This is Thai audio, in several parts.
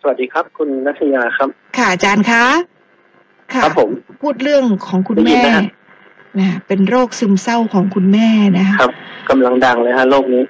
สวัสดีครับคุณนัทยาครับค่ะอาจารย์คะค่ะครับผมพูดเรื่องของคุณแม่นะเป็นโรคซึมเศร้าของคุณแม่นะคะครับกำลังดังเลยฮะโรคนี้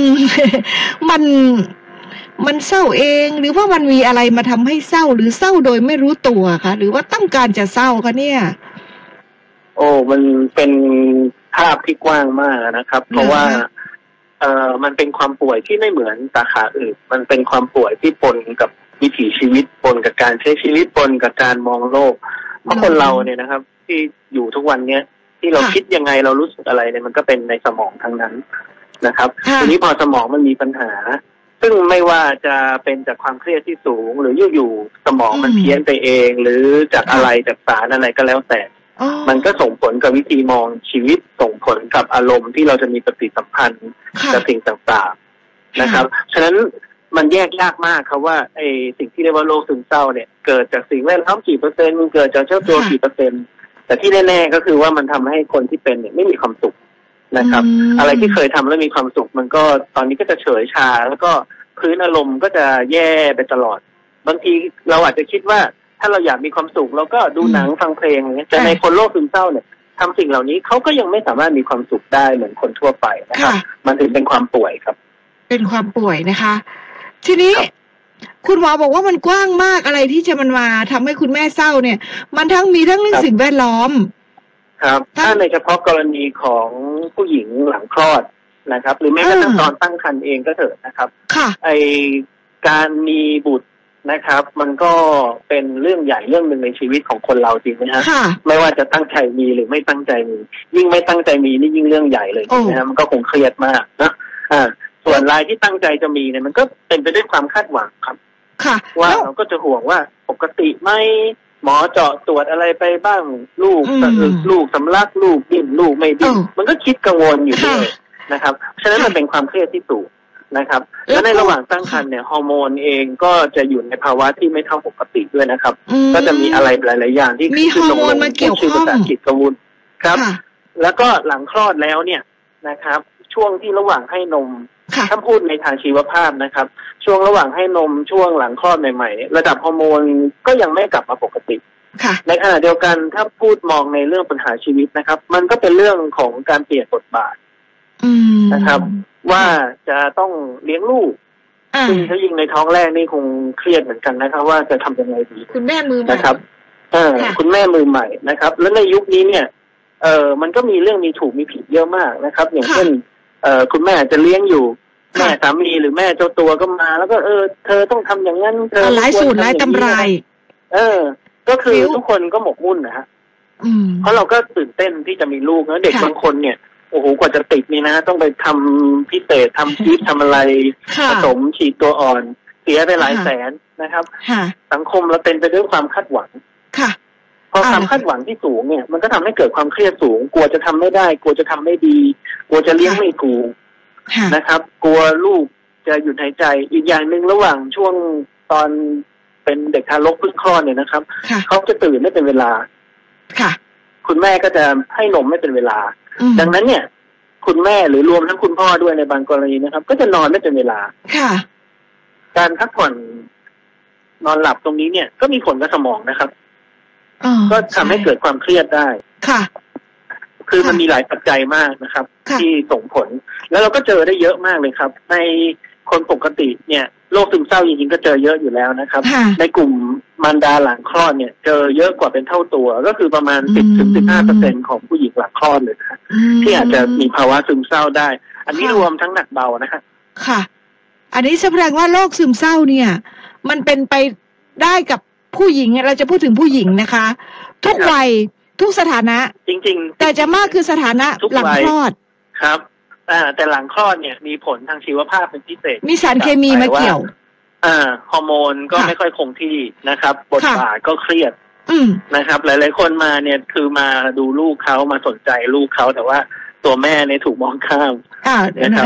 มันเศร้าเองหรือว่ามันมีอะไรมาทำให้เศร้าหรือเศร้าโดยไม่รู้ตัวคะหรือว่าต้องการจะเศร้าคะเนี่ยมันเป็นภาพที่กว้างมากนะครับเพราะว่ามันเป็นความป่วยที่ไม่เหมือนสาขาอื่นมันเป็นความป่วยที่ปนกับวิถีชีวิตปนกับการใช้ชีวิตปนกับการมองโลกเพราะคนเราเนี่ยนะครับที่อยู่ทุกวันเนี้ยที่เราคิดยังไงเรารู้สึกอะไรเนี่ยมันก็เป็นในสมองทั้งนั้นนะครับทีนี้พอสมองมันมีปัญหาซึ่งไม่ว่าจะเป็นจากความเครียดที่สูงหรืออยู่ๆสมองมันเพี้ยนไปเองหรือจากอะไรจากสารอะไรก็แล้วแต่มันก็ส่งผลกับวิธีมองชีวิตส่งผลกับอารมณ์ที่เราจะมีปฏิสัมพันธ์กับสิ่งต่างๆนะครับฉะนั้นมันแยกยากมากครับว่าไอ้สิ่งที่เรียกว่าโรคซึมเศร้าเนี่ยเกิดจากสิ่งแวดล้อมกี่เปอร์เซ็นต์เกิดจากเจ้าตัวกี่เปอร์เซ็นต์แต่ที่แน่ๆก็คือว่ามันทำให้คนที่เป็นเนี่ยไม่มีความสุขนะครับอะไรที่เคยทำแล้วมีความสุขมันก็ตอนนี้ก็จะเฉยชาแล้วก็พื้นอารมณ์ก็จะแย่ไปตลอดบางทีเราอาจจะคิดว่าถ้าเราอยากมีความสุขเราก็ดูหนังฟังเพลงอย่างเงี้ยแต่ในคนโรคซึมเศร้าเนี่ยทำสิ่งเหล่านี้เขาก็ยังไม่สามารถมีความสุขได้เหมือนคนทั่วไปนะครับมันถึงเป็นความป่วยครับเป็นความป่วยนะคะทีนี้คุณหมอบอกว่ามันกว้างมากอะไรที่จะมันมาทำให้คุณแม่เศร้าเนี่ยมันมีทั้งเรื่องสิ่งแวดล้อมครับถ้าในเฉพาะกรณีของผู้หญิงหลังคลอดนะครับหรือแม้กระทั่งตอนตั้งครรภ์เองก็เถอะนะครับไอการมีบุตรนะครับมันก็เป็นเรื่องใหญ่เรื่องหนึ่งในชีวิตของคนเราจริงไหมฮะไม่ว่าจะตั้งใจมีหรือไม่ตั้งใจมียิ่งไม่ตั้งใจมีนี่ยิ่งเรื่องใหญ่เลยนะฮะมันก็คงเครียดมากนะส่วนรายที่ตั้งใจจะมีเนี่ยมันก็เป็นไปด้วยความคาดหวังครับว่าเราก็จะห่วงว่าปกติไหมหมอเจาะตรวจอะไรไปบ้างลูกสำลักลูกดิ้นลูกไม่ดิ้นมันก็คิดกังวลอยู่ด้วยนะครับฉะนั้นมันเป็นความเครียดที่สูงนะครับและในระหว่างตั้งครรภ์เนี่ยฮอร์โมนเองก็จะอยู่ในภาวะที่ไม่เท่าปกติด้วยนะครับก็จะมีอะไรหลายๆอย่างที่ขึ้นลงชื่อภาษาอังกฤษกระวนครับแล้วก็หลังคลอดแล้วเนี่ยนะครับช่วงที่ระหว่างให้นมถ้าพูดในทางชีวภาพนะครับช่วงระหว่างให้นมช่วงหลังคลอดใหม่ๆระดับฮอร์โมนก็ยังไม่กลับมาปกติในขณะเดียวกันถ้าพูดมองในเรื่องปัญหาชีวิตนะครับมันก็เป็นเรื่องของการเปลี่ยนบทบาทนะครับว่าจะต้องเลี้ยงลูกซึ่งถ้ายิ่งในท้องแรกนี่คงเครียดเหมือนกันนะครับว่าจะทำยังไงดีคุณแม่มือใหม่นะครับคุณแม่มือใหม่นะครับแล้วในยุคนี้เนี่ยมันก็มีเรื่องมีถูกมีผิดเยอะมากนะครับอย่างเช่นคุณแม่จะเลี้ยงอยู่แม่สามีหรือแม่เจ้าตัวก็มาแล้วก็เธอต้องทำอย่างนั้นเธอหลายสูตรหลายตำรายก็คือทุกคนก็หมกมุ่นนะฮะเพราะเราก็ตื่นเต้นที่จะมีลูกนะเด็กบางคนเนี่ยโอ้โหกว่าจะติดนี่นะต้องไปทำพิเศษทำชีสทำอะไรผสมฉีดตัวอ่อนเสียไปหลายแสนนะครับสังคมเราเต็มไปด้วยความคาดหวังพอความคาดหวังที่สูงเนี่ยมันก็ทำให้เกิดความเครียดสูงกลัวจะทำไม่ได้กลัวจะทำไม่ดีกลัวจะเลี้ยงไม่ถูกนะครับกลัวลูกจะหยุดหายใจอีกอย่างหนึ่งระหว่างช่วงตอนเป็นเด็กทารกเพิ่งคลอดเนี่ยนะครับเขาจะตื่นไม่เป็นเวลาคุณแม่ก็จะให้นมไม่เป็นเวลาดังนั้นเนี่ยคุณแม่หรือรวมทั้งคุณพ่อด้วยในบางกรณีนะครับก็จะนอนไม่เป็นเวลาการพักผ่อนนอนหลับตรงนี้เนี่ยก็มีผลกับสมองนะครับก็ทำให้เกิดความเครียดได้คือมันมีหลายปัจจัยมากนะครับที่ส่งผลแล้วเราก็เจอได้เยอะมากเลยครับในคนปกติเนี่ยโรคซึมเศร้าจริงๆก็เจอเยอะอยู่แล้วนะครับในกลุ่มมารดาหลังคลอดเนี่ยเจอเยอะกว่าเป็นเท่าตัวก็คือประมาณ 10-15% ของผู้หญิงหลังคลอดเลยนะที่อาจจะมีภาวะซึมเศร้าได้อันนี้รวมทั้งหนักเบานะครับค่ะอันนี้แสดงว่าโรคซึมเศร้าเนี่ยมันเป็นไปได้กับผู้หญิงเราจะพูดถึงผู้หญิงนะคะทุกวัยทุกสถานะจริงๆแต่จะมากคือสถานะหลังคลอดครับแต่หลังคลอดเนี่ยมีผลทางชีวภาพเป็นพิเศษมีสารเคมีมาเกี่ยวฮอร์โมนก็ไม่ค่อยคงที่นะครับบทบาทก็เครียดนะครับหลายๆคนมาเนี่ยคือมาดูลูกเขามาสนใจลูกเขาแต่ว่าตัวแม่เนี่ยถูกมองข้ามนะครับ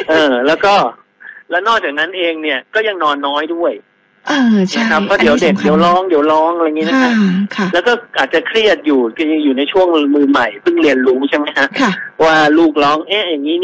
แล้วนอกจากนั้นเองเนี่ยก็ยังนอนน้อยด้วยนะครับเพราะเดี๋ยวเด็กเดี๋ยวร้องอะไรอย่างนี้นะครับแล้วก็อาจจะเครียดอยู่ในช่วงมือใหม่เพิ่งเรียนรู้ใช่ไหมฮะว่าลูกร้องอย่างนี้นี่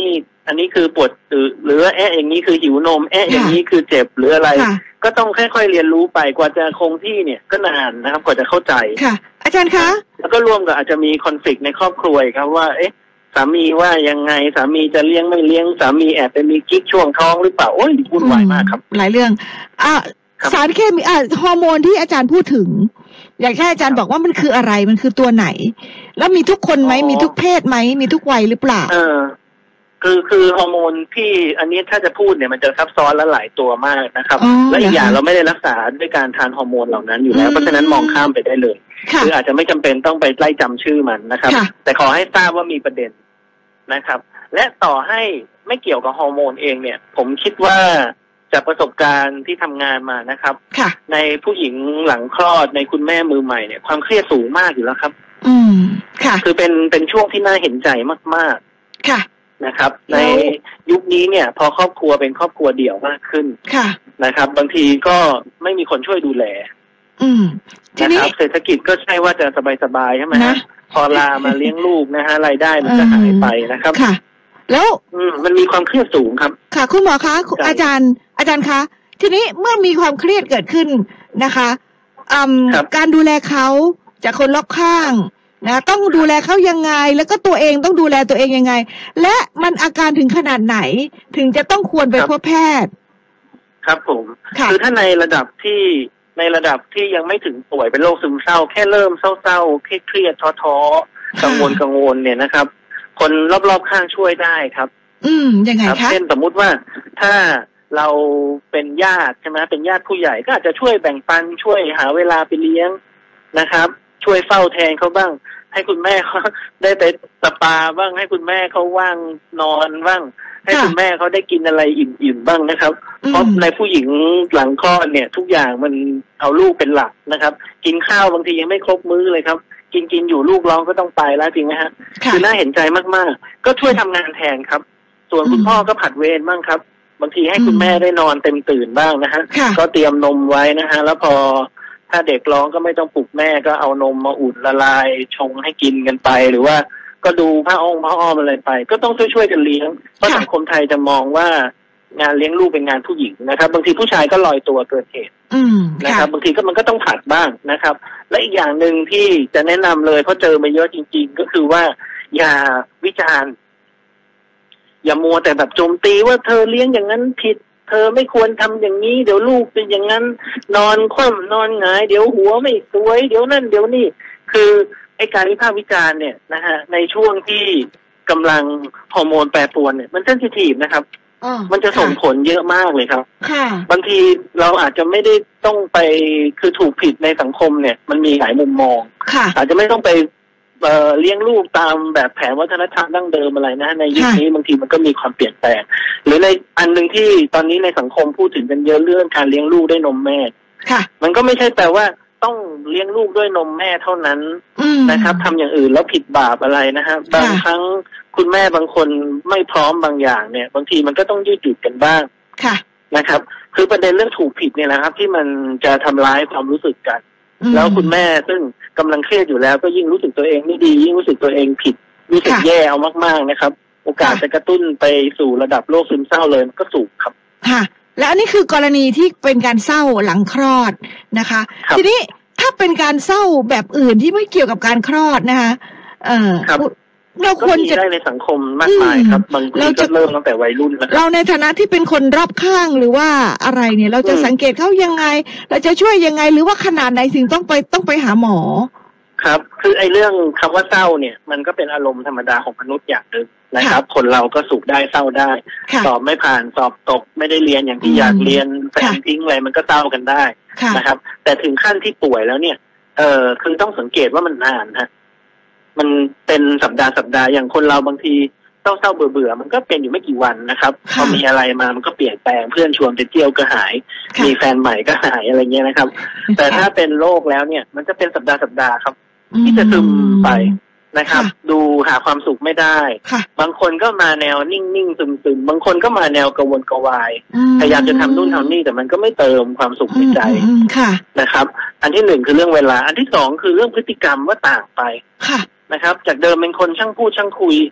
อันนี้คือปวดหรืออย่างนี้คือหิวนมอย่างนี้คือเจ็บหรืออะไรก็ต้องค่อยๆเรียนรู้ไปกว่าจะคงที่เนี่ยก็นานนะครับกว่าจะเข้าใจค่ะอาจารย์คะแล้วก็ร่วมกับอาจจะมีคอนฟลิกต์ในครอบครัวครับว่าสามีว่ายังไงสามีจะเลี้ยงไม่เลี้ยงสามีแอบไปมีกิ๊กช่วงท้องหรือเปล่าโอ้ยวุ่นวายมากครับหลายเรื่องสารเคมีฮอร์โมนที่อาจารย์พูดถึงอยากให้อาจารย์บอกว่ามันคืออะไรมันคือตัวไหนแล้วมีทุกคนไหมมีทุกเพศไหมมีทุกวัยหรือเปล่าคือฮอร์โมนที่อันนี้ถ้าจะพูดเนี่ยมันจะซับซ้อนและหลายตัวมากนะครับและอีกอย่างเราไม่ได้รักษาด้วยการทานฮอร์โมนเหล่านั้นอยู่แล้วเพราะฉะนั้นมองข้ามไปได้เลยคืออาจจะไม่จำเป็นต้องไปไล่จำชื่อมันนะครับแต่ขอให้ทราบว่ามีประเด็นนะครับและต่อให้ไม่เกี่ยวกับฮอร์โมนเองเนี่ยผมคิดว่าจากประสบการณ์ที่ทำงานมานะครับในผู้หญิงหลังคลอดในคุณแม่มือใหม่เนี่ยความเครียดสูงมากอยู่แล้วครับค่ะคือเป็นช่วงที่น่าเห็นใจมากๆค่ะนะครับในยุคนี้เนี่ยพอครอบครัวเป็นครอบครัวเดี่ยวมากขึ้นนะครับบางทีก็ไม่มีคนช่วยดูแลนะครับเศรษฐกิจก็ใช่ว่าจะสบายๆใช่ไหมฮะพอลามาเลี้ยงลูกนะฮะรายได้มันจะหายไปนะครับค่ะแล้วมันมีความเครียดสูงครับค่ะคุณหมอคะอาจารย์คะทีนี้เมื่อมีความเครียดเกิดขึ้นนะคะการดูแลเขาจากคนรอบข้างนะต้องดูแลเขายังไงแล้วก็ตัวเองต้องดูแลตัวเองยังไงและมันอาการถึงขนาดไหนถึงจะต้องควรไปพบแพทย์ครับผมคือถ้าในระดับที่ยังไม่ถึงป่วยเป็นโรคซึมเศร้าแค่เริ่มเศร้าๆเครียดท้อกังวลเนี่ยนะครับคนรอบๆข้างช่วยได้ครับยังไงคะเช่นสมมุติว่าถ้าเราเป็นญาติใช่ไหมเป็นญาติผู้ใหญ่ก็อาจจะช่วยแบ่งปันช่วยหาเวลาไปเลี้ยงนะครับช่วยเฝ้าแทนเขาบ้างให้คุณแม่เขาได้ไปสปาบ้างให้คุณแม่เขาว่างนอนบ้างให้คุณแม่เขาได้กินอะไรอิ่มๆบ้างนะครับเพราะในผู้หญิงหลังคลอดเนี่ยทุกอย่างมันเอาลูกเป็นหลักนะครับกินข้าวบางทียังไม่ครบมื้อเลยครับกินอยู่ลูกร้องก็ต้องไปแล้วจริงไหมฮะคือน่าเห็นใจมากๆก็ช่วยทำงานแทนครับส่วนคุณพ่อก็ผัดเวรบ้างครับบางทีให้คุณแม่ได้นอนเต็มตื่นบ้างนะฮะก็เตรียมนมไว้นะฮะแล้วพอถ้าเด็กร้องก็ไม่ต้องปลุกแม่ก็เอานมมาอุ่นละลายชงให้กินกันไปหรือว่าก็ดูผ้าอ้อมอะไรไปก็ต้องช่วยกันเลี้ยงเพราะสังคมไทยจะมองว่างานเลี้ยงลูกเป็นงานผู้หญิงนะครับบางทีผู้ชายก็ลอยตัวเกินเหตุนะครับบางทีก็มันก็ต้องผัดบ้างนะครับและอีกอย่างหนึ่งที่จะแนะนำเลยเพราะเจอมาเยอะจริงๆก็คือว่าอย่าวิจารณ์อย่ามัวแต่แบบโจมตีว่าเธอเลี้ยงอย่างนั้นผิดเธอไม่ควรทำอย่างนี้เดี๋ยวลูกเป็นอย่างนั้นนอนคว่ำนอนหงายเดี๋ยวหัวไม่สวยเดี๋ยวนั่นเดี๋ยวนี่คือไอ้การวิพากษ์วิจารณ์เนี่ยนะฮะในช่วงที่กำลังฮอร์โมนแปรปรวนเนี่ยมันเซนซิทีฟนะครับมันจะส่งผลเยอะมากเลยครับบางทีเราอาจจะไม่ได้ต้องไปคือถูกผิดในสังคมเนี่ยมันมีหลายมุมมองอาจจะไม่ต้องไปเลี้ยงลูกตามแบบแผนวัฒนธรรมดั้งเดิมอะไรนะในยุคนี้บางทีมันก็มีความเปลี่ยนแปลงหรือในอันหนึ่งที่ตอนนี้ในสังคมพูดถึงกันเยอะเรื่องการเลี้ยงลูกด้วยนมแม่มันก็ไม่ใช่แปลว่าต้องเลี้ยงลูกด้วยนมแม่เท่านั้นนะครับทำอย่างอื่นแล้วผิดบาปอะไรนะฮะบางครั้งคุณแม่บางคนไม่พร้อมบางอย่างเนี่ยบางทีมันก็ต้องยืดหยุ่นกันบ้างนะครับคือประเด็นเรื่องถูกผิดเนี่ยนะครับที่มันจะทำร้ายความรู้สึกกันแล้วคุณแม่ซึ่งกำลังเครียดอยู่แล้วก็ยิ่งรู้สึกตัวเองไม่ดียิ่งรู้สึกตัวเองผิดรู้สึกแย่เอามากๆนะครับโอกาสจะกระตุ้นไปสู่ระดับโรคซึมเศร้าเลยมันก็สูงครับค่ะและอันนี้คือกรณีที่เป็นการเศร้าหลังคลอดนะคะทีนี้ถ้าเป็นการเศร้าแบบอื่นที่ไม่เกี่ยวกับการคลอดนะคะเราควรจะได้ในสังคมมากมายครับบางทีก็เริ่มตั้งแต่วัยรุ่นแล้วเราในฐานะที่เป็นคนรอบข้างหรือว่าอะไรเนี่ยเราจะสังเกตเขายังไงเราจะช่วยยังไงหรือว่าขนาดไหนถึงต้องไปหาหมอครับคือไอ้เรื่องคำว่าเศร้าเนี่ยมันก็เป็นอารมณ์ธรรมดาของมนุษย์อย่างหนึ่งนะครับคนเราก็สุขได้เศร้าได้สอบไม่ผ่านสอบตกไม่ได้เรียนอย่างที่อยากเรียนแฟนทิ้งอะไรมันก็เศร้ากันได้นะครับแต่ถึงขั้นที่ป่วยแล้วเนี่ยคือต้องสังเกตว่ามันนานฮะมันเป็นสัปดาห์อย่างคนเราบางทีเศร้าเบื่อมันก็เป็นอยู่ไม่กี่วันนะครับพอมีอะไรมามันก็เปลี่ยนแปลงเพื่อนชวนไปเที่ยวก็หายมีแฟนใหม่ก็หายอะไรเงี้ยนะครับแต่ถ้าเป็นโรคแล้วเนี่ยมันจะเป็นสัปดาห์ครับที่จะซึมไปนะครับดูหาความสุขไม่ได้บางคนก็มาแนวนิ่งๆซึมบางคนก็มาแนวกระวนกระวายพยายามจะทำนู่นทำนี่แต่มันก็ไม่เติมความสุขในใจนะครับอันที่หนึ่งคือเรื่องเวลาอันที่สองคือเรื่องพฤติกรรมว่าต่างไปนะครับจากเดิมเป็นคนช่างพูดช่างคุย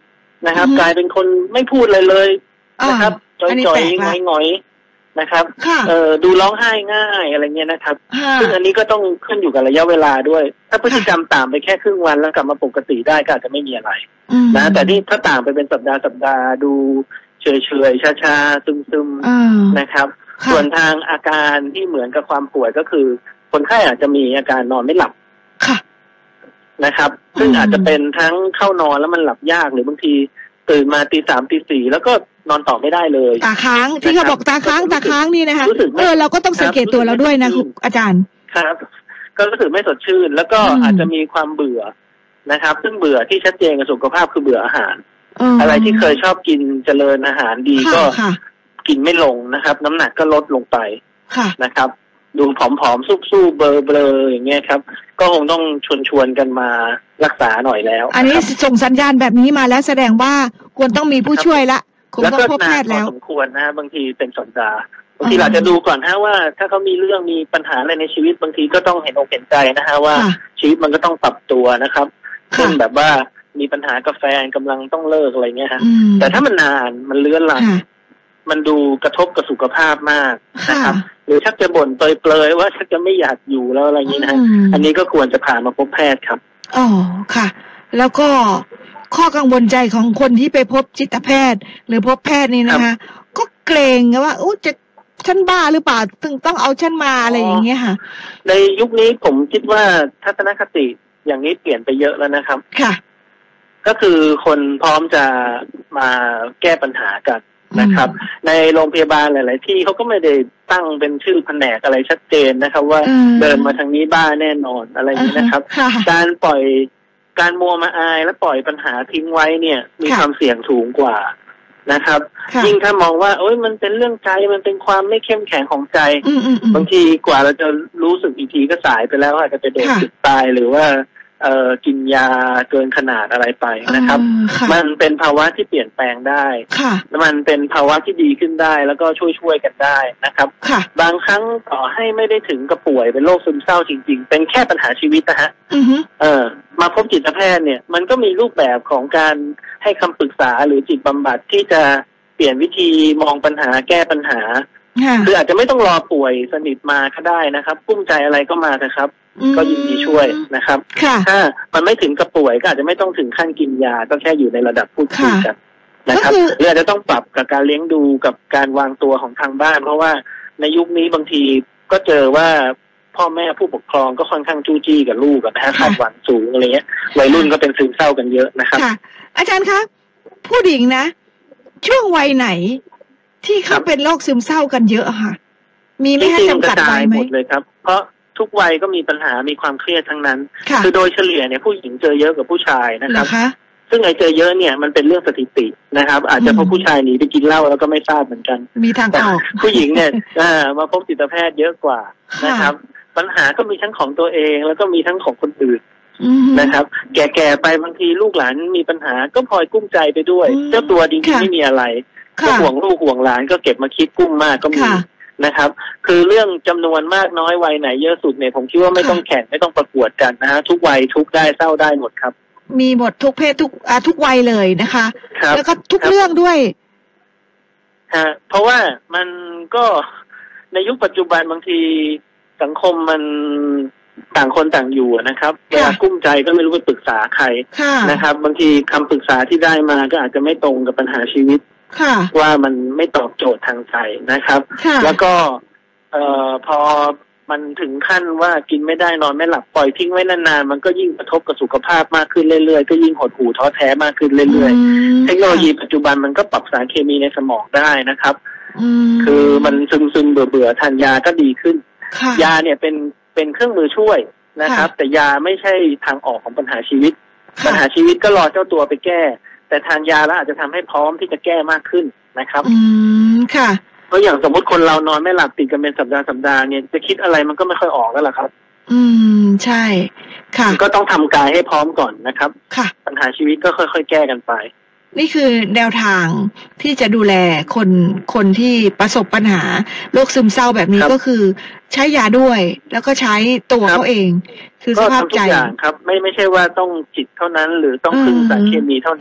นะครับกลายเป็นคนไม่พูดเลยนะครับจ่อยๆง้อยๆนะครับดูร้องไห้ง่ายอะไรเงี้ยนะครับซึ่งอันนี้ก็ต้องขึ้นอยู่กับระยะเวลาด้วยถ้าพฤติกรรมต่างไปแค่ครึ่งวันแล้วกลับมาปกติได้ก็อาจจะไม่มีอะไรนะแต่นี่ถ้าต่างไปเป็นสัปดาห์ดูเฉยๆช้าๆซึมๆนะครับส่วนทางอาการที่เหมือนกับความป่วยก็คือคนไข้อาจจะมีอาการนอนไม่หลับนะครับซึ่งอาจจะเป็นทั้งเข้านอนแล้วมันหลับยากหรือบางทีตื่นมาตี 3 ตี 4แล้วก็นอนต่อไม่ได้เลยตาค้างที่เขาบอกตาค้างนี่นะคะเราก็ต้องสังเกตตัวเราด้วยนะคุณอาจารย์ครับก็รู้สึกไม่สดชื่นแล้วก็อาจจะมีความเบื่อนะครับซึ่งเบื่อที่ชัดเจนกับสุขภาพคือเบื่ออาหารอะไรที่เคยชอบกินเจริญอาหารดีก็กินไม่ลงนะครับน้ำหนักก็ลดลงไปนะครับดูผอมๆสู้ๆเบลอๆอย่างเงี้ยครับก็คงต้องชวนกันมารักษาหน่อยแล้วอันนี้ส่งสัญญาณแบบนี้มาแล้วแสดงว่าควรต้องมีผู้ช่วยละคงต้องพบแพทย์แล้วสมควรนะบางทีเป็นสัปดาห์บางทีเราจะดูก่อนฮะว่าถ้าเขามีเรื่องมีปัญหาอะไรในชีวิตบางทีก็ต้องเห็นอกเห็นใจนะฮะว่าชีวิตมันก็ต้องปรับตัวนะครับเช่นแบบว่ามีปัญหากับแฟนกำลังต้องเลิกอะไรเงี้ยฮะแต่ถ้ามันนานมันเลื้อนลังมันดูกระทบกับสุขภาพมากนะครับหรือชักจะบ่นเปลยๆว่าชักจะไม่อยากอยู่แล้วอะไรอย่างนี้นะอันนี้ก็ควรจะพามาพบแพทย์ครับอ๋อค่ะแล้วก็ข้อกังวลใจของคนที่ไปพบจิตแพทย์หรือพบแพทย์นี่นะคะก็เกรงว่าจะฉันบ้าหรือเปล่าถึงต้องเอาฉันมาอะไรอย่างเงี้ยค่ะในยุคนี้ผมคิดว่าทัศนคติอย่างนี้เปลี่ยนไปเยอะแล้วนะครับค่ะก็คือคนพร้อมจะมาแก้ปัญหากันนะครับในโรงพยาบาลหลายๆที่เขาก็ไม่ได้ตั้งเป็นชื่อแผนกอะไรชัดเจนนะครับว่าเดินมาทางนี้บ้าแน่นอนอะไรอย่างนี้นะครับการมัวมาอายและปล่อยปัญหาทิ้งไว้เนี่ยมีความเสี่ยงสูงกว่านะครับยิ่งถ้ามองว่าโอ๊ยมันเป็นเรื่องใจมันเป็นความไม่เข้มแข็งของใจบางทีกว่าเราจะรู้สึกอีกทีก็สายไปแล้วอาจจะไปโดนจุดตายหรือว่ากินยาเกินขนาดอะไรไปนะครับมันเป็นภาวะที่เปลี่ยนแปลงได้และมันเป็นภาวะที่ดีขึ้นได้แล้วก็ช่วยกันได้นะครับบางครั้งต่อให้ไม่ได้ถึงกับป่วยเป็นโรคซึมเศร้าจริงๆเป็นแค่ปัญหาชีวิตนะฮะมาพบจิตแพทย์เนี่ยมันก็มีรูปแบบของการให้คำปรึกษาหรือจิตบำบัดที่จะเปลี่ยนวิธีมองปัญหาแก้ปัญหาคืออาจจะไม่ต้องรอป่วยสนิทมาก็ได้นะครับกุ้มใจอะไรก็มาเถอะครับก็ยินดีช่วยนะครับถ้ามันไม่ถึงกับป่วยก็อาจจะไม่ต้องถึงขั้นกินยาก็แค่อยู่ในระดับพูดคุยกันนะครับหรืออาจจะต้องปรับกับการเลี้ยงดูกับการวางตัวของทางบ้านเพราะว่าในยุคนี้บางทีก็เจอว่าพ่อแม่ผู้ปกครองก็ค่อนข้างจู้จี้กับลูกนะฮะคาดหวังสูงอะไรเงี้ยวัยรุ่นก็เป็นซึมเศร้ากันเยอะนะครับอาจารย์คะผู้หญิงนะช่วงวัยไหนที่เขาเป็นโรคซึมเศร้ากันเยอะค่ะมีไหมคะจำกัดวัยไหมหมดเลยครับเพราะทุกวัยก็มีปัญหามีความเครียดทั้งนั้นคือโดยเฉลี่ยเนี่ยผู้หญิงเจอเยอะกว่าผู้ชายนะครับซึ่งไอ้เจอเยอะเนี่ยมันเป็นเรื่องสถิตินะครับอาจจะเพราะผู้ชายหนีไปกินเหล้าแล้วก็ไม่ทราบเหมือนกันมีทางออกผู้หญิงเนี่ยมาพบจิตแพทย์เยอะกว่านะครับปัญหาก็มีทั้งของตัวเองแล้วก็มีทั้งของคนอื่นนะครับแก่ๆไปบางทีลูกหลานมีปัญหาก็พลอยกุ้มใจไปด้วยเจ้าตัวจริงๆไม่มีอะไรก็ห่วงลูกห่วงหลานก็เก็บมาคิดกุ้มมากก็มีนะครับคือเรื่องจำนวนมากน้อยวัยไหนเยอะสุดเนี่ยผมคิดว่าไม่ต้องแข่งไม่ต้องประกวดกันนะฮะทุกวัยทุกได้เศร้าได้หมดครับมีหมดทุกเพศทุกวัยเลยนะคะแล้วก็ทุกเรื่องด้วยเพราะว่ามันก็ในยุคปัจจุบันบางทีสังคมมันต่างคนต่างอยู่นะครับเวลากุ้มใจก็ไม่รู้ไปปรึกษาใครนะครับบางทีคำปรึกษาที่ได้มาก็อาจจะไม่ตรงกับปัญหาชีวิตว่ามันไม่ตอบโจทย์ทางใจนะครับแล้วก็พอมันถึงขั้นว่ากินไม่ได้นอนไม่หลับปล่อยทิ้งไว้นานๆมันก็ยิ่งกระทบกับสุขภาพมากขึ้นเรื่อยๆก็ยิ่งหดหู่ท้อแท้มากขึ้นเรื่อยๆเทคโนโลยีปัจจุบันมันก็ปรับสารเคมีในสมองได้นะครับคือมันซึมๆเบื่อๆทานยาก็ดีขึ้นยาเนี่ยเป็นเครื่องมือช่วยนะครับแต่ยาไม่ใช่ทางออกของปัญหาชีวิตก็รอเจ้าตัวไปแก้แต่ทานยาแล้วอาจจะทำให้พร้อมที่จะแก้มากขึ้นนะครับค่ะเพราะอย่างสมมติคนเรานอนไม่หลับติดกันเป็นสัปดาห์เนี่ยจะคิดอะไรมันก็ไม่ค่อยออกแล้วล่ะครับใช่ค่ะก็ต้องทำกายให้พร้อมก่อนนะครับค่ะปัญหาชีวิตก็ค่อยๆแก้กันไปนี่คือแนวทางที่จะดูแลคนที่ประสบปัญหาโรคซึมเศร้าแบบนี้ก็คือใช้ยาด้วยแล้วก็ใช้ตัวเขาเองคือสภาพใจครับไม่ใช่ว่าต้องจิตเท่านั้นหรือต้องพึ่งสารเคมีเท่านั้น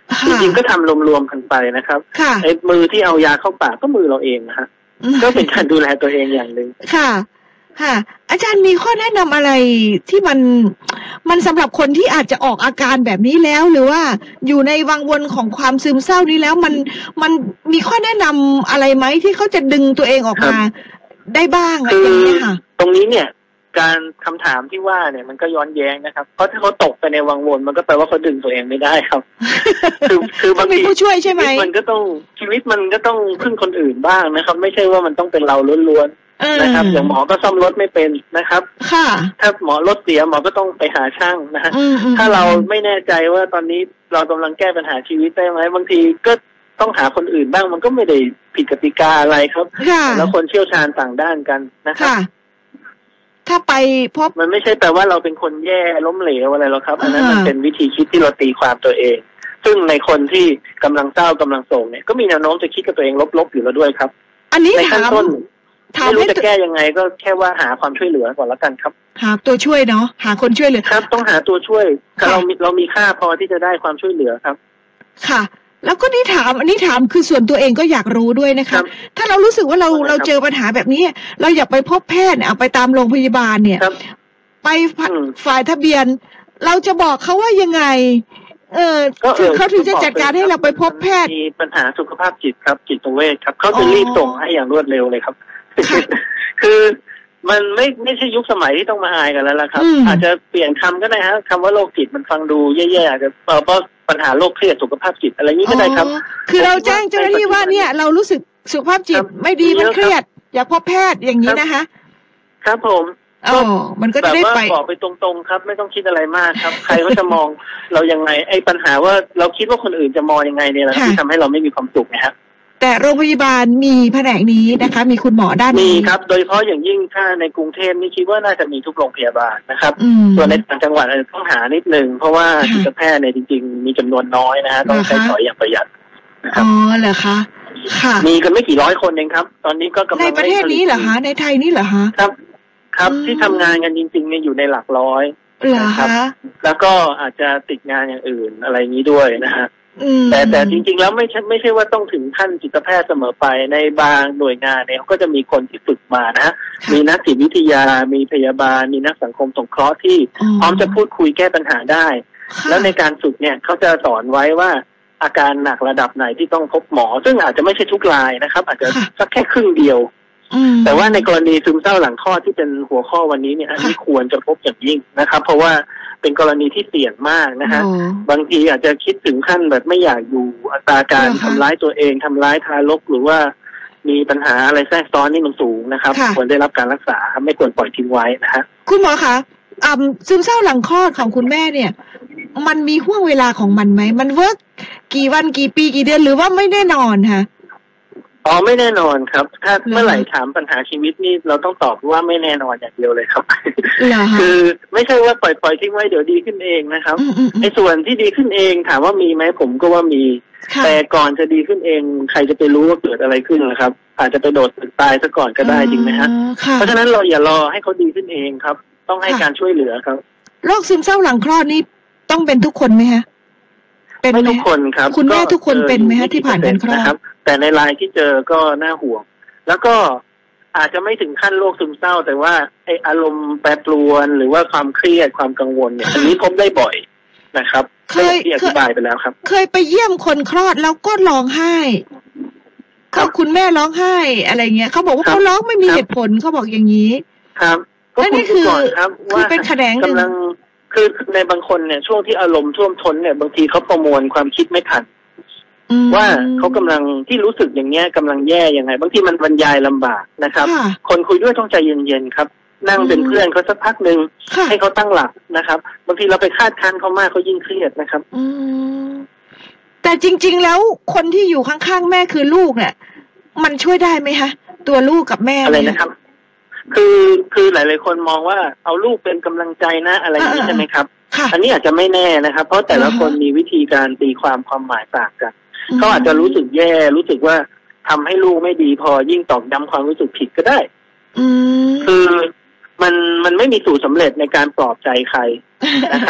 จริงๆก็ทำรวมๆกันไปนะครับไอ้มือที่เอายาเข้าปากก็มือเราเองนะฮะก็เป็นการดูแลตัวเองอย่างหนึ่งค่ะค่ะอาจารย์มีข้อแนะนำอะไรที่มันสำหรับคนที่อาจจะออกอาการแบบนี้แล้วหรือว่าอยู่ในวังวนของความซึมเศร้านี้แล้วมันมีข้อแนะนำอะไรไหมที่เขาจะดึงตัวเองออกมาได้บ้างอะไรอย่างนี้ค่ะตรงนี้เนี่ยการคำถามที่ว่าเนี่ยมันก็ย้อนแย้งนะครับเพราะถ้าเขาตกไปในวังวนมันก็แปลว่าเขาดึงตัวเองไม่ได้ครับคือบางทีผู้ช่วยใช่ไหมมันก็ต้องชีวิตมันก็ต้องพึ่งคนอื่นบ้างนะครับไม่ใช่ว่ามันต้องเป็นเราล้วนๆนะครับอย่างหมอก็ซ่อมรถไม่เป็นนะครับถ้าหมอรถเสียหมอก็ต้องไปหาช่างนะฮะถ้าเราไม่แน่ใจว่าตอนนี้เรากำลังแก้ปัญหาชีวิตได้ไหมบางทีก็ต้องหาคนอื่นบ้างมันก็ไม่ได้ผิดกติกาอะไรครับแล้วคนเชี่ยวชาญต่างด้านกันนะครับถ้าไปพบมันไม่ใช่แปลว่าเราเป็นคนแย่ล้มเหลวอะไรหรอกครับอันนั้นมันเป็นวิธีคิดที่เราตีความตัวเองซึ่งในคนที่กำลังเศร้ากำลังโศกเนี่ยก็มีแนวโน้มจะคิดกับตัวเองลบๆอยู่แล้วด้วยครับอันนี้ในขั้นต้นไม่รู้จะแก้ยังไงก็แค่ว่าหาความช่วยเหลือก่อนแล้วกันครับหาตัวช่วยเนาะหาคนช่วยเหลือครับต้องหาตัวช่วยถ้าเรามีค่าพอที่จะได้ความช่วยเหลือครับค่ะแล้วก็อันนี้ถามคือส่วนตัวเองก็อยากรู้ด้วยนะคะถ้าเรารู้สึกว่าเราเจอปัญหาแบบนี้เราอยากไปพบแพทย์เอาไปตามโรงพยาบาลเนี่ยไปฝ่ายทะเบียนเราจะบอกเขาว่ายังไงเขาถึงจะจัดการให้เราไปพบแพทย์มีปัญหาสุขภาพจิตครับจิตเวชครับเขาจะรีบส่งให้อย่างรวดเร็วเลยครับคือมันไม่ใช่ยุคสมัยที่ต้องมาอายกันแล้วล่ะครับอาจจะเปลี่ยนคำก็ได้ฮะคำว่าโรคจิตมันฟังดูแย่ๆอาจจะเพราะปัญหาโรคเครียดสุขภาพจิตอะไรนี้ก็ได้ครับคือเราแจ้งเจ้าหน้าที่ว่าเนี่ยเรารู้สึกสุขภาพจิตไม่ดีมันเครียดอยากพบแพทย์อย่างนี้นะคะครับผมมันก็ได้ไปบอกไปตรงๆครับไม่ต้องคิดอะไรมากครับใครก็จะมองเรายังไงไอ้ปัญหาว่าเราคิดว่าคนอื่นจะมองยังไงเนี่ยแหละที่ทำให้เราไม่มีความสุขนะครับแต่โรงพยาบาลมีแผนกนี้นะคะมีคุณหมอด้านนี้มีครับโดยเฉพาะอย่างยิ่งถ้าในกรุงเทพนี่คิดว่าน่าจะมีทุกโรงพยาบาลนะครับส่วนในต่างจังหวัดอาจจะต้องหานิดนึงเพราะว่าจิตแพทย์เนี่ยจริงๆมีจำนวนน้อยนะฮะต้องใช้ถอยอย่างประหยัดอ๋อเหรอคะค่ะมีกันไม่กี่ร้อยคนเองครับตอนนี้ก็กำลังในประเทศนี้เหรอคะในไทยนี่เหรอคะครับที่ทำงานกันจริงๆเนี่ยอยู่ในหลักร้อยนะครับแล้วก็อาจจะติดงานอย่างอื่นอะไรนี้ด้วยนะฮะแต่จริงๆแล้วไม่ใช่ว่าต้องถึงขั้นจิตแพทย์เสมอไปในบางหน่วยงานเนี่ยก็จะมีคนที่ฝึกมานะมีนักจิตวิทยามีพยาบาลมีนักสังคมสงเคราะห์ที่พร้อมจะพูดคุยแก้ปัญหาได้แล้วในการฝึกเนี่ยเขาจะสอนไว้ว่าอาการหนักระดับไหนที่ต้องพบหมอซึ่งอาจจะไม่ใช่ทุกรายนะครับอาจจะสักแค่ครึ่งเดียวแต่ว่าในกรณีซึมเศร้าหลังคลอดที่เป็นหัวข้อวันนี้เนี่ยอันนี้ควรจะพบอย่างยิ่งนะครับเพราะว่าเป็นกรณีที่เสี่ยงมากนะฮะบางทีอาจจะคิดถึงขั้นแบบไม่อยากอยู่อัตราการทำร้ายตัวเองทำร้ายทารกหรือว่ามีปัญหาอะไรแทรกซ้อนนี่มันสูงนะครับควรได้รับการรักษาไม่ควรปล่อยทิ้งไว้นะฮะคุณหมอคะซึมเศร้าหลังคลอดของคุณแม่เนี่ยมันมีห่วงเวลาของมันไหมมันเวิร์กกี่วันกี่ปีกี่เดือนหรือว่าไม่แน่นอนคะไม่แน่นอนครับถ้าเมื่อไหร่ถามปัญหาชีวิตนี่เราต้องตอบว่าไม่แน่นอนอย่างเดียวเลยครับคือไม่ใช่ว่าปล่อยทิ้งไว้เดี๋ยวดีขึ้นเองนะครับไอ้ส่วนที่ดีขึ้นเองถามว่ามีไหมผมก็ว่ามีแต่ก่อนจะดีขึ้นเองใครจะไปรู้ว่าเกิดอะไรขึ้นนะครับอาจจะไปโดดตึกตายซะก่อนก็ได้จริงไหมฮะเพราะฉะนั้นเราอย่ารอให้เขาดีขึ้นเองครับต้องให้การช่วยเหลือครับโรคซึมเศร้าหลังคลอดนี่ต้องเป็นทุกคนไหมฮะไม่ทุกคนครับคุณแม่ทุกคนเป็นไหมฮะที่ผ่านการคลอดแต่ในรายที่เจอก็น่าห่วงแล้วก็อาจจะไม่ถึงขั้นโรคซึมเศร้าแต่ว่าไออารมณ์แปรปรวนหรือว่าความเครียดความกังวลเนี่ยอันนี้พบได้บ่อยนะครับที่อธิบายไปแล้วครับเคยไปเยี่ยมคนคลอดแล้วก็ร้องไห้เขาคุณแม่ร้องไห้อะไรเงี้ยเขาบอกว่าเขาร้องไม่มีเหตุผลเขาบอกอย่างนี้ครับนั่นนี่คือเป็นแขนงกำลังคือในบางคนเนี่ยช่วงที่อารมณ์ท่วมท้นเนี่ยบางทีเขาประมวลความคิดไม่ทันว่าเขากำลังที่รู้สึกอย่างเงี้ยกำลังแย่ยังไงบางทีมันบรรยายลำบากนะครับคนคุยด้วยต้องใจเย็นๆครับนั่งเป็นเพื่อนเขาสักพักหนึ่งให้เขาตั้งหลักนะครับบางทีเราไปคาดคั้นเขามากเขายิ่งเครียดนะครับแต่จริงๆแล้วคนที่อยู่ข้างๆแม่คือลูกเนี่ยมันช่วยได้ไหมคะตัวลูกกับแม่อะไรนะครับคือหลายๆคนมองว่าเอาลูกเป็นกำลังใจนะอะไรอย่างนี้ใช่ไหมครับอันนี้อาจจะไม่แน่นะครับเพราะแต่ละคนมีวิธีการตีความหมายต่างกันเขาอาจจะรู้สึกแย่รู้สึกว่าทำให้ลูกไม่ดีพอยิ่งตอกย้ำความรู้สึกผิดก็ได้คือมันไม่มีสูตรสำเร็จในการปลอบใจใครนะครับ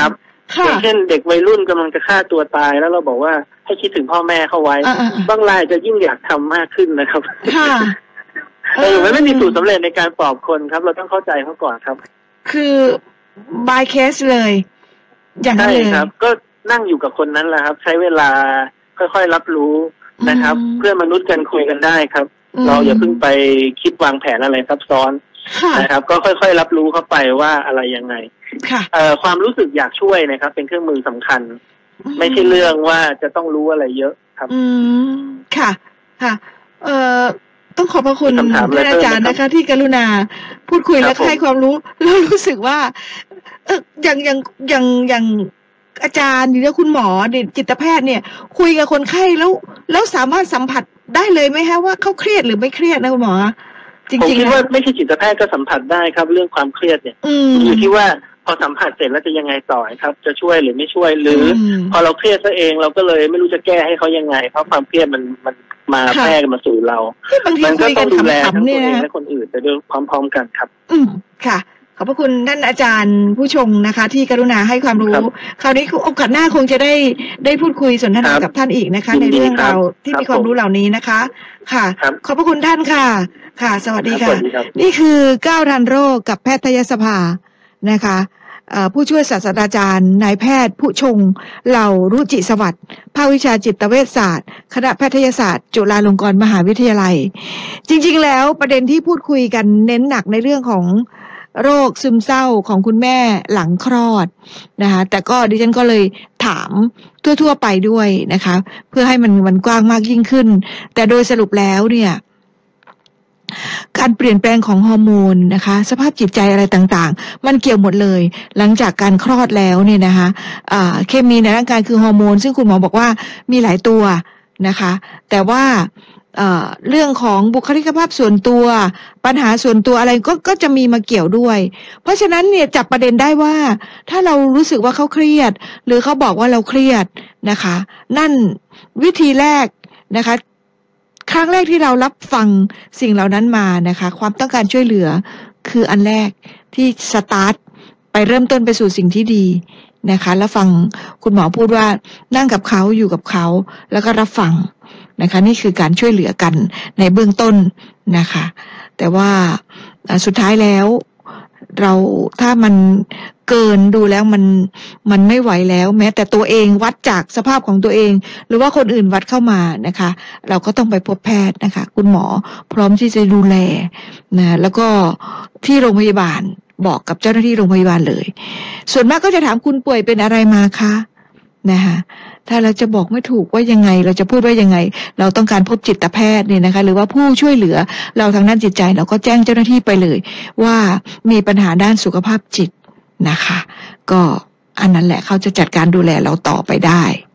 อย่างเช่นเด็กวัยรุ่นกำลังจะฆ่าตัวตายแล้วเราบอกว่าให้คิดถึงพ่อแม่เขาไว้บางรายจะยิ่งอยากทำมากขึ้นนะครับมันไม่มีสูตรสำเร็จในการปลอบคนครับเราต้องเข้าใจเขาก่อนครับคือบายเคสเลยอย่างนั้นเลยครับก็นั่งอยู่กับคนนั้นแหละครับใช้เวลาค่อยๆรับรู้นะครับเพื่อนมนุษย์กันคุยกันได้ครับเราอย่าเพิ่งไปคิดวางแผนอะไรซับซ้อนนะครับก็ค่อยๆรับรู้เข้าไปว่าอะไรยังไงความรู้สึกอยากช่วยนะครับเป็นเครื่องมือสำคัญไม่ใช่เรื่องว่าจะต้องรู้อะไรเยอะครับค่ะค่ะต้องขอบพระคุณท่านอาจารย์นะคะที่กรุณาพูดคุยและให้ความรู้เรารู้สึกว่าอย่างอาจารย์หรือคุณหมอจิตแพทย์เนี่ยคุยกับคนไข้แล้วสามารถสัมผัสได้เลยไหมฮะว่าเขาเครียดหรือไม่เครียดนะคุณหมอจริงๆผมคิดว่าไม่ใช่จิตแพทย์ก็สัมผัสได้ครับเรื่องความเครียดเนี่ยอยู่ที่ว่าพอสัมผัสเสร็จแล้วจะยังไงต่อครับจะช่วยหรือไม่ช่วยหรือพอเราเครียดซะเองเราก็เลยไม่รู้จะแก้ให้เขายังไงเพราะความเครียดมันมาแพร่มาสู่เรามันก็ต้องดูแลทั้งตัวเองและคนอื่นไปด้วยพร้อมๆกันครับค่ะขอบพระคุณท่านอาจารย์ผู้ชมนะคะที่กรุณาให้ความรู้คราวนี้โอกาสหน้าคงจะได้พูดคุยสนทนากับท่านอีกนะคะในเรื่องราวที่มีความรู้เหล่านี้นะคะค่ะขอบพระคุณท่านค่ะค่ะสวัสดีค่ะนี่คือก้าวทันโรคกับแพทยสภานะคะผู้ช่วยศาสตราจารย์นายแพทย์ผู้ชงเหล่ารุจิสวัสดิ์ภาควิชาจิตเวชศาสตร์คณะแพทยศาสตร์จุฬาลงกรณ์มหาวิทยาลัยจริงๆแล้วประเด็นที่พูดคุยกันเน้นหนักในเรื่องของโรคซึมเศร้าของคุณแม่หลังคลอดนะคะแต่ก็ดิฉันก็เลยถามทั่วๆไปด้วยนะคะเพื่อให้มันกว้างมากยิ่งขึ้นแต่โดยสรุปแล้วเนี่ยการเปลี่ยนแปลงของฮอร์โมนนะคะสภาพจิตใจอะไรต่างๆมันเกี่ยวหมดเลยหลังจากการคลอดแล้วเนี่ยนะคะเคมีในร่างกายคือฮอร์โมนซึ่งคุณหมอบอกว่ามีหลายตัวนะคะแต่ว่าเรื่องของบุคลิกภาพส่วนตัวปัญหาส่วนตัวอะไรก็จะมีมาเกี่ยวด้วยเพราะฉะนั้นเนี่ยจับประเด็นได้ว่าถ้าเรารู้สึกว่าเขาเครียดหรือเขาบอกว่าเราเครียดนะคะนั่นวิธีแรกนะคะครั้งแรกที่เรารับฟังสิ่งเหล่านั้นมานะคะความต้องการช่วยเหลือคืออันแรกที่สตาร์ทไปเริ่มต้นไปสู่สิ่งที่ดีนะคะแล้วฟังคุณหมอพูดว่านั่งกับเขาอยู่กับเขาแล้วก็รับฟังนะคะนี่คือการช่วยเหลือกันในเบื้องต้นนะคะแต่ว่าสุดท้ายแล้วเราถ้ามันเกินดูแล้วมันไม่ไหวแล้วแม้แต่ตัวเองวัดจากสภาพของตัวเองหรือว่าคนอื่นวัดเข้ามานะคะเราก็ต้องไปพบแพทย์นะคะคุณหมอพร้อมที่จะดูแลนะแล้วก็ที่โรงพยาบาลบอกกับเจ้าหน้าที่โรงพยาบาลเลยส่วนมากก็จะถามคุณป่วยเป็นอะไรมาคะนะคะถ้าเราจะบอกไม่ถูกว่ายังไงเราจะพูดว่ายังไงเราต้องการพบจิตแพทย์เนี่ยนะคะหรือว่าผู้ช่วยเหลือเราทางด้านจิตใจเราก็แจ้งเจ้าหน้าที่ไปเลยว่ามีปัญหาด้านสุขภาพจิตนะคะก็อันนั้นแหละเขาจะจัดการดูแลเราต่อไปได้